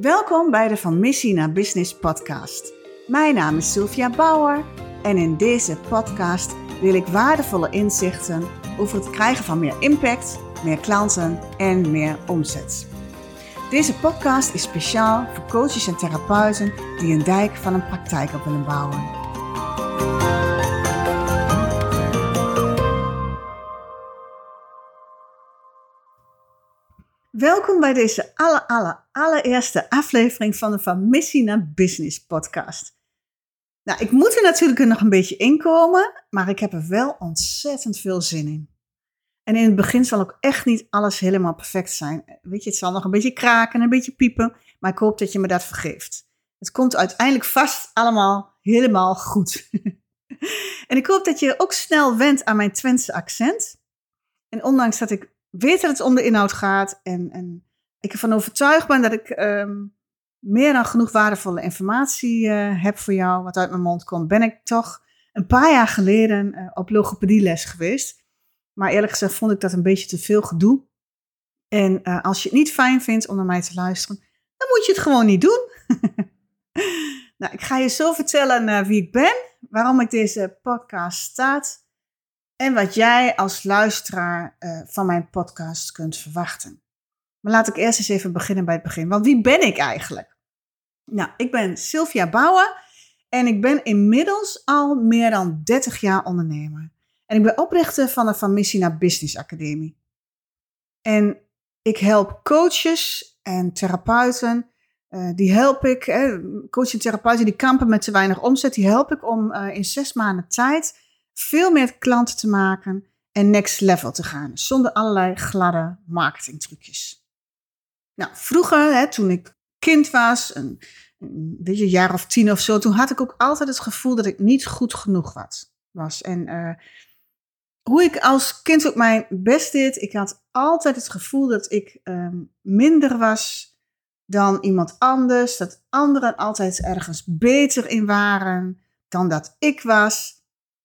Welkom bij de Van Missie naar Business podcast. Mijn naam is Sylvia Bauer en in deze podcast deel ik waardevolle inzichten over het krijgen van meer impact, meer klanten en meer omzet. Deze podcast is speciaal voor coaches en therapeuten die een dijk van een praktijk op willen bouwen. Welkom bij deze allereerste aflevering van de Van Missie naar Business podcast. Nou, ik moet er natuurlijk nog een beetje inkomen, maar ik heb er wel ontzettend veel zin in. En in het begin zal ook echt niet alles helemaal perfect zijn. Weet je, het zal nog een beetje kraken en een beetje piepen, maar ik hoop dat je me dat vergeeft. Het komt uiteindelijk vast allemaal helemaal goed. En ik hoop dat je ook snel went aan mijn Twentse accent. En ondanks dat ik weet dat het om de inhoud gaat en ik ervan overtuigd ben dat ik meer dan genoeg waardevolle informatie heb voor jou, wat uit mijn mond komt, ben ik toch een paar jaar geleden op logopedieles geweest. Maar eerlijk gezegd vond ik dat een beetje te veel gedoe. En als je het niet fijn vindt om naar mij te luisteren, dan moet je het gewoon niet doen. Nou, ik ga je zo vertellen wie ik ben, waarom ik deze podcast start en wat jij als luisteraar van mijn podcast kunt verwachten. Maar laat ik eerst eens even beginnen bij het begin. Want wie ben ik eigenlijk? Nou, ik ben Sylvia Bauer en ik ben inmiddels al meer dan 30 jaar ondernemer. En ik ben oprichter van de Van Missie naar Business Academie. En ik help coaches en therapeuten, coaches en therapeuten die kampen met te weinig omzet, die help ik om in 6 maanden tijd veel meer klanten te maken en next level te gaan, zonder allerlei gladde marketingtrucjes. Nou, vroeger, toen ik kind was, een jaar of 10 of zo, toen had ik ook altijd het gevoel dat ik niet goed genoeg was. En hoe ik als kind ook mijn best deed, ik had altijd het gevoel dat ik minder was dan iemand anders, dat anderen altijd ergens beter in waren dan dat ik was.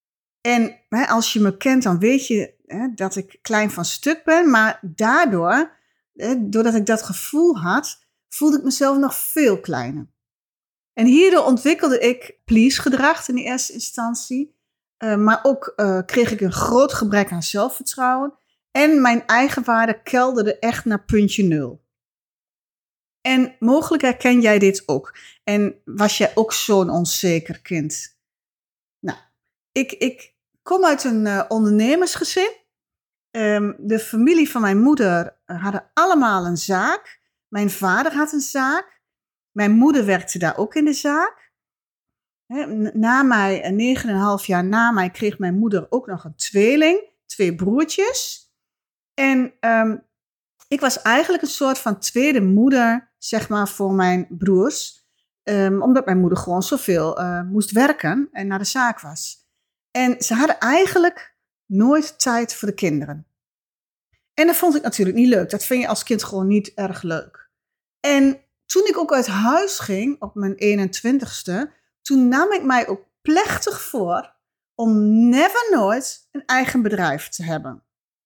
En als je me kent, dan weet je dat ik klein van stuk ben. Maar doordat ik dat gevoel had, voelde ik mezelf nog veel kleiner. En hierdoor ontwikkelde ik please-gedrag in de eerste instantie. Maar ook kreeg ik een groot gebrek aan zelfvertrouwen. En mijn eigenwaarde kelderde echt naar puntje 0. En mogelijk herken jij dit ook. En was jij ook zo'n onzeker kind? Nou, ik kom uit een ondernemersgezin. De familie van mijn moeder hadden allemaal een zaak. Mijn vader had een zaak. Mijn moeder werkte daar ook in de zaak. Na mij, 9,5 jaar na mij, kreeg mijn moeder ook nog een tweeling. 2 broertjes. En ik was eigenlijk een soort van tweede moeder, zeg maar, voor mijn broers. Omdat mijn moeder gewoon zoveel moest werken en naar de zaak was. En ze hadden eigenlijk nooit tijd voor de kinderen. En dat vond ik natuurlijk niet leuk. Dat vind je als kind gewoon niet erg leuk. En toen ik ook uit huis ging, op mijn 21ste, toen nam ik mij ook plechtig voor om nooit een eigen bedrijf te hebben.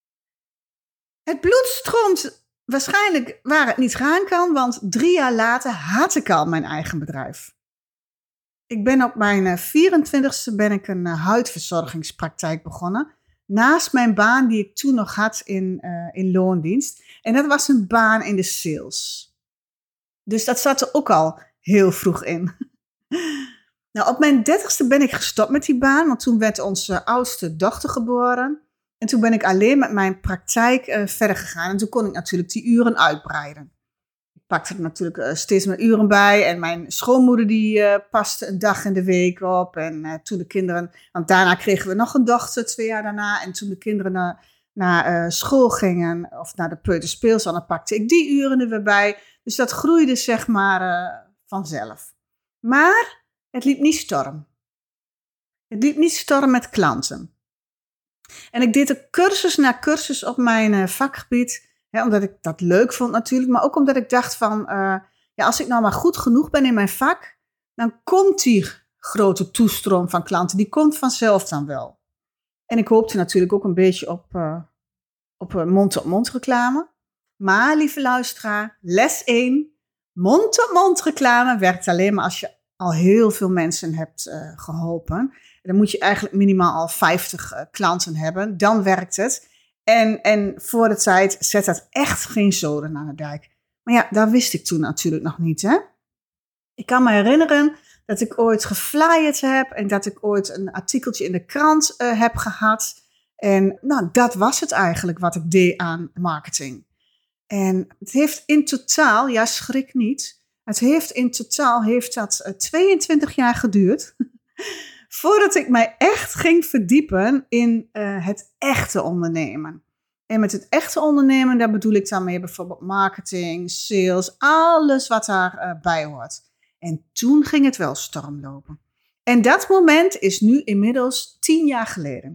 Het bloed stroomt waarschijnlijk waar het niet gaan kan, want 3 jaar later had ik al mijn eigen bedrijf. Ik ben op mijn 24ste ben ik een huidverzorgingspraktijk begonnen. Naast mijn baan die ik toen nog had in loondienst. En dat was een baan in de sales. Dus dat zat er ook al heel vroeg in. Nou, op mijn 30ste ben ik gestopt met die baan. Want toen werd onze oudste dochter geboren. En toen ben ik alleen met mijn praktijk verder gegaan. En toen kon ik natuurlijk die uren uitbreiden. Ik pakte er natuurlijk steeds meer uren bij. En mijn schoonmoeder die paste een dag in de week op. En toen de kinderen... Want daarna kregen we nog een dochter, 2 jaar daarna. En toen de kinderen naar school gingen, of naar de peuterspeelzaal, dan pakte ik die uren er weer bij. Dus dat groeide zeg maar vanzelf. Maar het liep niet storm. Het liep niet storm met klanten. En ik deed er cursus na cursus op mijn vakgebied. Omdat ik dat leuk vond natuurlijk. Maar ook omdat ik dacht van, als ik nou maar goed genoeg ben in mijn vak, dan komt die grote toestroom van klanten. Die komt vanzelf dan wel. En ik hoopte natuurlijk ook een beetje op mond-op-mond reclame. Maar, lieve luisteraar, les 1. Mond-tot-mond reclame werkt alleen maar als je al heel veel mensen hebt geholpen. Dan moet je eigenlijk minimaal al 50 klanten hebben. Dan werkt het. En voor de tijd zet dat echt geen zoden aan de dijk. Maar ja, dat wist ik toen natuurlijk nog niet, hè. Ik kan me herinneren dat ik ooit geflyerd heb en dat ik ooit een artikeltje in de krant heb gehad. En nou, dat was het eigenlijk wat ik deed aan marketing. En het heeft in totaal, ja schrik niet, heeft dat 22 jaar geduurd. Voordat ik mij echt ging verdiepen in het echte ondernemen. En met het echte ondernemen, daar bedoel ik dan mee bijvoorbeeld marketing, sales, alles wat daarbij hoort. En toen ging het wel stormlopen. En dat moment is nu inmiddels 10 jaar geleden.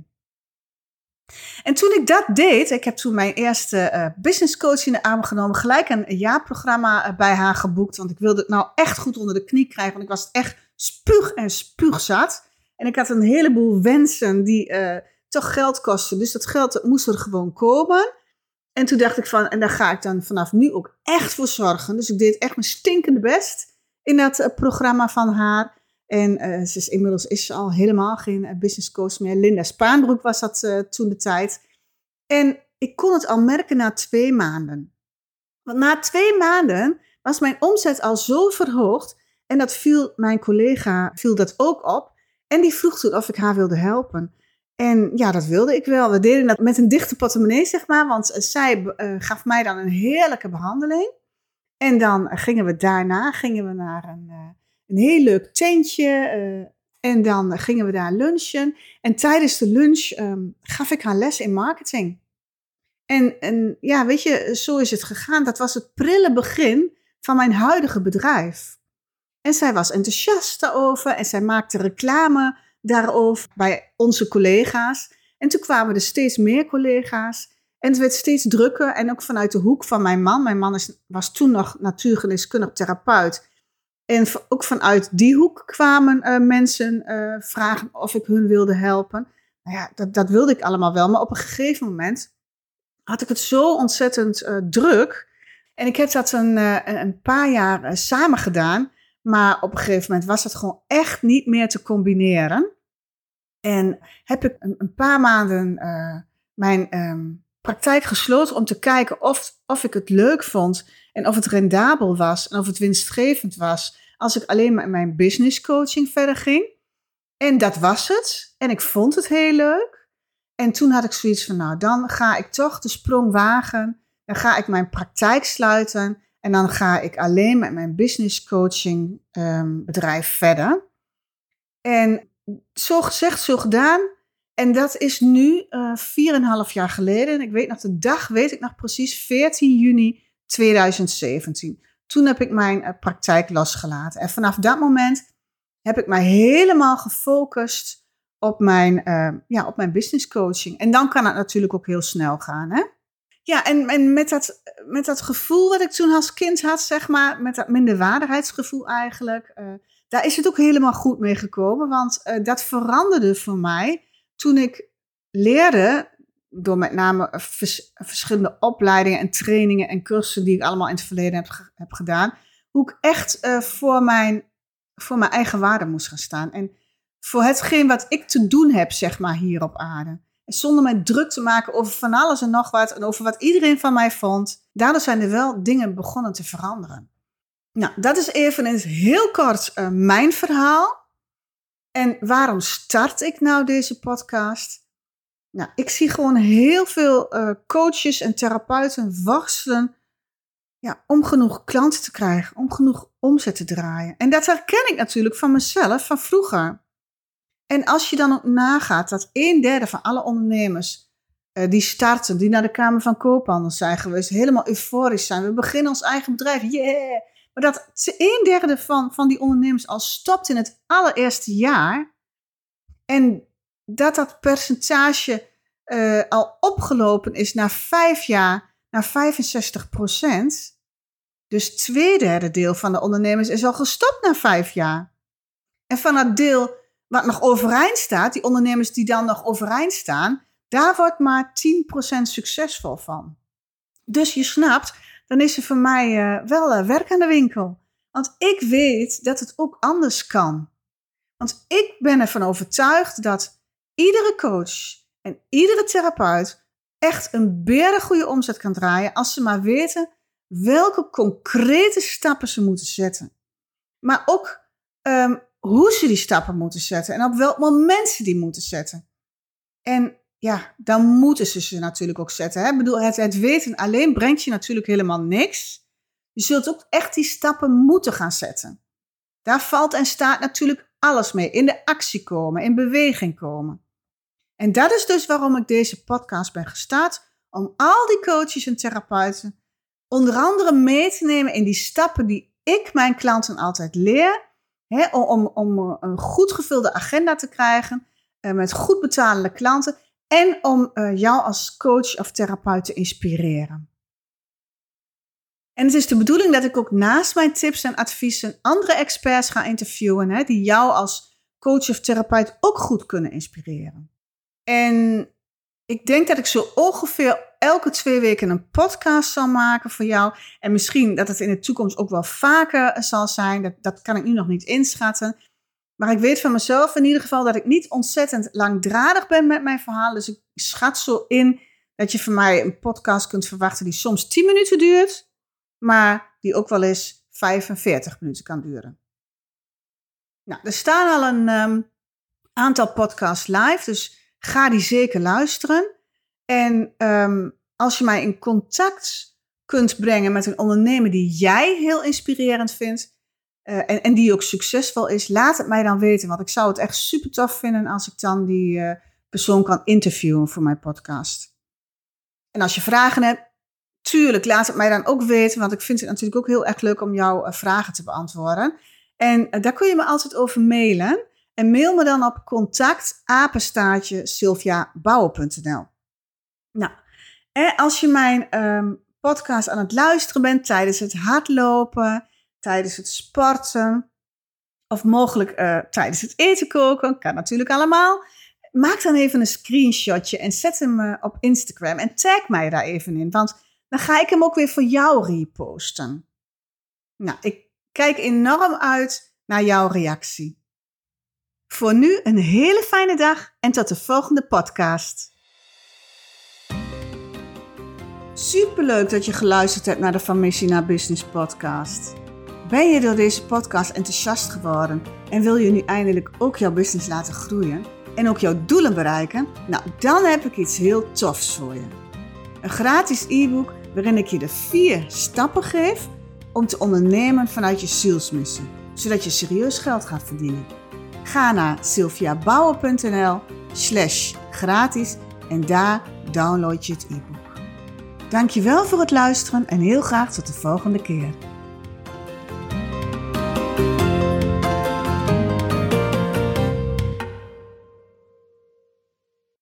En toen ik dat deed, ik heb toen mijn eerste business coach in de arm genomen, gelijk een jaarprogramma bij haar geboekt, want ik wilde het nou echt goed onder de knie krijgen, want ik was echt spuugzat. En ik had een heleboel wensen die toch geld kosten, dus dat geld dat moest er gewoon komen. En toen dacht ik van, en daar ga ik dan vanaf nu ook echt voor zorgen. Dus ik deed echt mijn stinkende best in dat programma van haar. En inmiddels is ze al helemaal geen business coach meer. Linda Spaanbroek was dat toen de tijd. En ik kon het al merken na 2 maanden. Want na 2 maanden was mijn omzet al zo verhoogd. En dat viel mijn collega dat ook op. En die vroeg toen of ik haar wilde helpen. En ja, dat wilde ik wel. We deden dat met een dichte portemonnee, zeg maar. Want zij gaf mij dan een heerlijke behandeling. En dan gingen we daarna naar een heel leuk tentje. En dan gingen we daar lunchen. En tijdens de lunch gaf ik haar les in marketing. En ja, weet je, zo is het gegaan. Dat was het prille begin van mijn huidige bedrijf. En zij was enthousiast daarover. En zij maakte reclame daarover bij onze collega's. En toen kwamen er steeds meer collega's. En het werd steeds drukker. En ook vanuit de hoek van mijn man. Mijn man was toen nog natuurgeneeskundig therapeut. En ook vanuit die hoek kwamen mensen vragen of ik hun wilde helpen. Nou ja, dat wilde ik allemaal wel. Maar op een gegeven moment had ik het zo ontzettend druk. En ik heb dat een paar jaar samen gedaan. Maar op een gegeven moment was dat gewoon echt niet meer te combineren. En heb ik een paar maanden mijn praktijk gesloten om te kijken of ik het leuk vond. En of het rendabel was en of het winstgevend was. Als ik alleen maar in mijn business coaching verder ging. En dat was het. En ik vond het heel leuk. En toen had ik zoiets van, nou, dan ga ik toch de sprong wagen. Dan ga ik mijn praktijk sluiten. En dan ga ik alleen met mijn business coaching bedrijf verder. En zo gezegd, zo gedaan. En dat is nu 4,5 jaar geleden. En ik weet nog de dag, weet ik nog precies, 14 juni 2017. Toen heb ik mijn praktijk losgelaten. En vanaf dat moment heb ik mij helemaal gefocust op mijn business coaching. En dan kan het natuurlijk ook heel snel gaan, hè? Ja, en met dat gevoel wat ik toen als kind had, zeg maar, met dat minderwaardigheidsgevoel eigenlijk, daar is het ook helemaal goed mee gekomen. Want dat veranderde voor mij toen ik leerde, door met name verschillende opleidingen en trainingen en cursussen die ik allemaal in het verleden heb gedaan, hoe ik echt voor mijn eigen waarde moest gaan staan. En voor hetgeen wat ik te doen heb, zeg maar, hier op aarde. En zonder mij druk te maken over van alles en nog wat. En over wat iedereen van mij vond. Daardoor zijn er wel dingen begonnen te veranderen. Nou, dat is even in het heel kort mijn verhaal. En waarom start ik nou deze podcast? Nou, ik zie gewoon heel veel coaches en therapeuten worstelen om genoeg klanten te krijgen. Om genoeg omzet te draaien. En dat herken ik natuurlijk van mezelf, van vroeger. En als je dan ook nagaat dat 1/3 van alle ondernemers die starten, die naar de Kamer van Koophandel zijn geweest, helemaal euforisch zijn. We beginnen ons eigen bedrijf, yeah! Maar dat 1/3 van die ondernemers al stopt in het allereerste jaar. En dat percentage al opgelopen is na 5 jaar naar 65%. Dus 2/3 deel van de ondernemers is al gestopt na 5 jaar. En van dat deel wat nog overeind staat, die ondernemers die dan nog overeind staan, daar wordt maar 10% succesvol van. Dus je snapt dan is er voor mij wel werk aan de winkel. Want ik weet dat het ook anders kan. Want ik ben ervan overtuigd dat iedere coach en iedere therapeut echt een berengoede omzet kan draaien als ze maar weten welke concrete stappen ze moeten zetten. Maar ook hoe ze die stappen moeten zetten en op welk moment ze die moeten zetten. En ja, dan moeten ze natuurlijk ook zetten. Hè? Ik bedoel, het weten alleen brengt je natuurlijk helemaal niks. Je zult ook echt die stappen moeten gaan zetten. Daar valt en staat natuurlijk alles mee. In de actie komen, in beweging komen. En dat is dus waarom ik deze podcast ben gestart. Om al die coaches en therapeuten onder andere mee te nemen in die stappen die ik mijn klanten altijd leer. Hè, om een goed gevulde agenda te krijgen. Met goed betalende klanten. En om jou als coach of therapeut te inspireren. En het is de bedoeling dat ik ook naast mijn tips en adviezen andere experts ga interviewen. Hè, die jou als coach of therapeut ook goed kunnen inspireren. En ik denk dat ik zo ongeveer elke 2 weken een podcast zal maken voor jou. En misschien dat het in de toekomst ook wel vaker zal zijn. Dat kan ik nu nog niet inschatten. Maar ik weet van mezelf in ieder geval dat ik niet ontzettend langdradig ben met mijn verhaal. Dus ik schat zo in dat je van mij een podcast kunt verwachten die soms 10 minuten duurt. Maar die ook wel eens 45 minuten kan duren. Nou, er staan al een aantal podcasts live. Dus ga die zeker luisteren. En als je mij in contact kunt brengen met een ondernemer die jij heel inspirerend vindt. En die ook succesvol is, laat het mij dan weten. Want ik zou het echt super tof vinden als ik dan die persoon kan interviewen voor mijn podcast. En als je vragen hebt, tuurlijk, laat het mij dan ook weten. Want ik vind het natuurlijk ook heel erg leuk om jouw vragen te beantwoorden. En daar kun je me altijd over mailen. En mail me dan op contact@sylviabouwer.nl. Nou, als je mijn podcast aan het luisteren bent tijdens het hardlopen, tijdens het sporten of mogelijk tijdens het eten koken, kan natuurlijk allemaal. Maak dan even een screenshotje en zet hem op Instagram en tag mij daar even in, want dan ga ik hem ook weer voor jou reposten. Nou, ik kijk enorm uit naar jouw reactie. Voor nu een hele fijne dag en tot de volgende podcast. Superleuk dat je geluisterd hebt naar de Van Missie naar Business podcast. Ben je door deze podcast enthousiast geworden en wil je nu eindelijk ook jouw business laten groeien en ook jouw doelen bereiken? Nou, dan heb ik iets heel tofs voor je. Een gratis e-book waarin ik je de 4 stappen geef om te ondernemen vanuit je zielsmissie, zodat je serieus geld gaat verdienen. Ga naar sylviabouwer.nl/gratis en daar download je het e-book. Dankjewel voor het luisteren en heel graag tot de volgende keer.